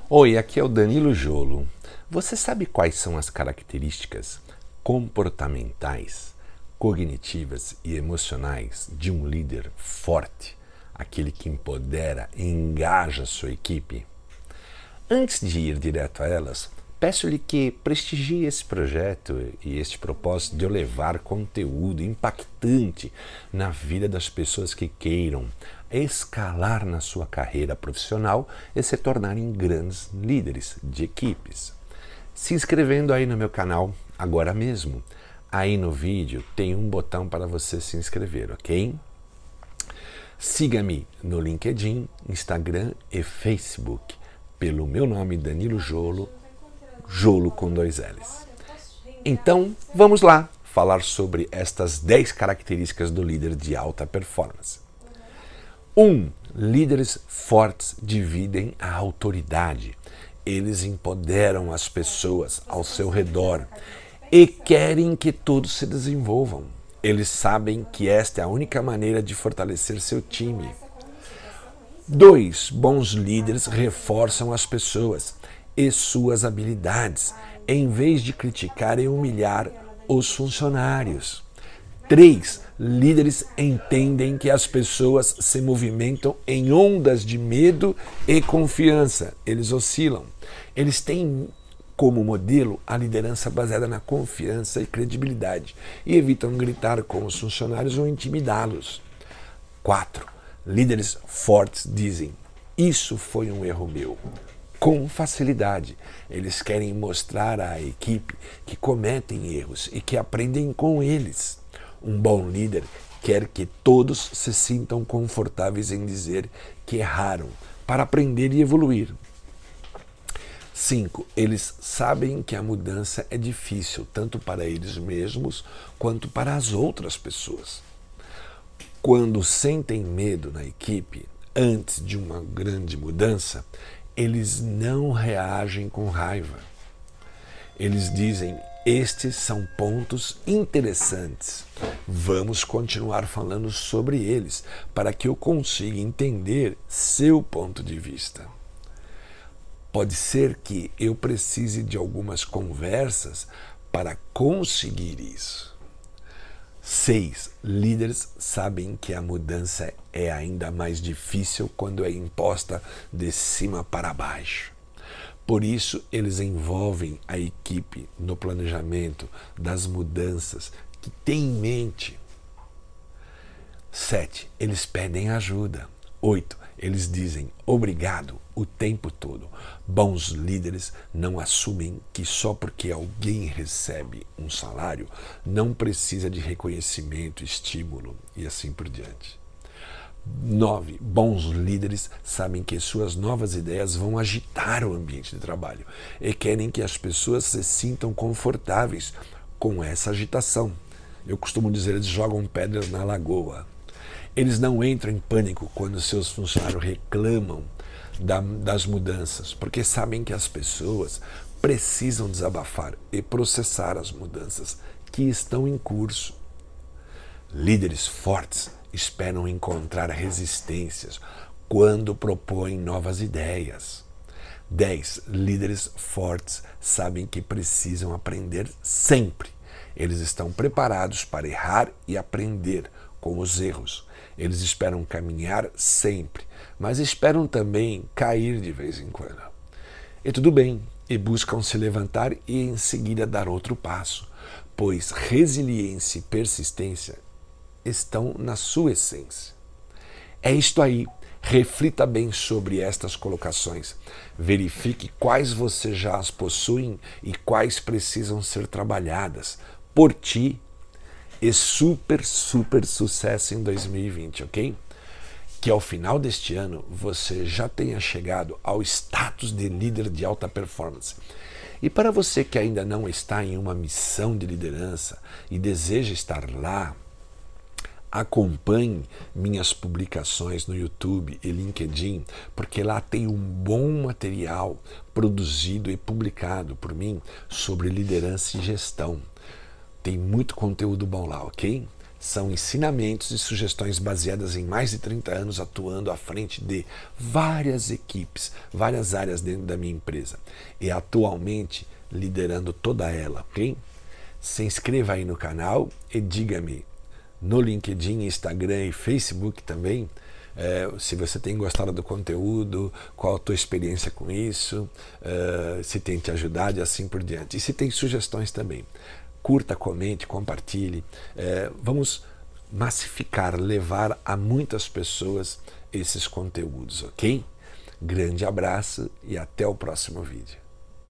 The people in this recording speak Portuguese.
Oi, aqui é o Danilo Jolo. Você sabe quais são as características comportamentais, cognitivas e emocionais de um líder forte, aquele que empodera e engaja sua equipe? Antes de ir direto a elas, peço-lhe que prestigie esse projeto e este propósito de eu levar conteúdo impactante na vida das pessoas que queiram escalar na sua carreira profissional e se tornarem grandes líderes de equipes. Se inscrevendo aí no meu canal agora mesmo. Aí no vídeo tem um botão para você se inscrever, ok? Siga-me no LinkedIn, Instagram e Facebook pelo meu nome Danilo Jolo, Jolo com 2 L's. Então, vamos lá falar sobre estas 10 características do líder de alta performance. 1. Líderes fortes dividem a autoridade. Eles empoderam as pessoas ao seu redor e querem que todos se desenvolvam. Eles sabem que esta é a única maneira de fortalecer seu time. 2. Bons líderes reforçam as pessoas e suas habilidades, em vez de criticar e humilhar os funcionários. 3. Líderes entendem que as pessoas se movimentam em ondas de medo e confiança. Eles oscilam. Eles têm como modelo a liderança baseada na confiança e credibilidade e evitam gritar com os funcionários ou intimidá-los. 4. Líderes fortes dizem: isso foi um erro meu. Com facilidade, eles querem mostrar à equipe que cometem erros e que aprendem com eles. Um bom líder quer que todos se sintam confortáveis em dizer que erraram para aprender e evoluir. 5. Eles sabem que a mudança é difícil, tanto para eles mesmos quanto para as outras pessoas. Quando sentem medo na equipe, antes de uma grande mudança, eles não reagem com raiva. Eles dizem: estes são pontos interessantes. Vamos continuar falando sobre eles para que eu consiga entender seu ponto de vista. Pode ser que eu precise de algumas conversas para conseguir isso. 6. Líderes sabem que a mudança é ainda mais difícil quando é imposta de cima para baixo. Por isso, eles envolvem a equipe no planejamento das mudanças que tem em mente. 7. Eles pedem ajuda. 8. Eles dizem obrigado o tempo todo. Bons líderes não assumem que só porque alguém recebe um salário não precisa de reconhecimento, estímulo e assim por diante. 9. Bons líderes sabem que suas novas ideias vão agitar o ambiente de trabalho e querem que as pessoas se sintam confortáveis com essa agitação. Eu costumo dizer, eles jogam pedras na lagoa. Eles não entram em pânico quando seus funcionários reclamam das mudanças, porque sabem que as pessoas precisam desabafar e processar as mudanças que estão em curso. Líderes fortes esperam encontrar resistências quando propõem novas ideias. 10. Líderes fortes sabem que precisam aprender sempre. Eles estão preparados para errar e aprender com os erros. Eles esperam caminhar sempre, mas esperam também cair de vez em quando. E tudo bem, e buscam se levantar e em seguida dar outro passo, pois resiliência e persistência estão na sua essência. É isto aí. Reflita bem sobre estas colocações. Verifique quais você já as possuem e quais precisam ser trabalhadas por ti. E super sucesso em 2020, ok? Que ao final deste ano você já tenha chegado ao status de líder de alta performance. E para você que ainda não está em uma missão de liderança e deseja estar lá, acompanhe minhas publicações no YouTube e LinkedIn, porque lá tem um bom material produzido e publicado por mim sobre liderança e gestão. Tem muito conteúdo bom lá, ok? São ensinamentos e sugestões baseadas em mais de 30 anos atuando à frente de várias equipes, várias áreas dentro da minha empresa. E atualmente liderando toda ela, ok? Se inscreva aí no canal e diga-me no LinkedIn, Instagram e Facebook também, se você tem gostado do conteúdo, qual a tua experiência com isso, se tem te ajudado e assim por diante. E se tem sugestões também. Curta, comente, compartilhe. Vamos massificar, levar a muitas pessoas esses conteúdos, ok? Grande abraço e até o próximo vídeo.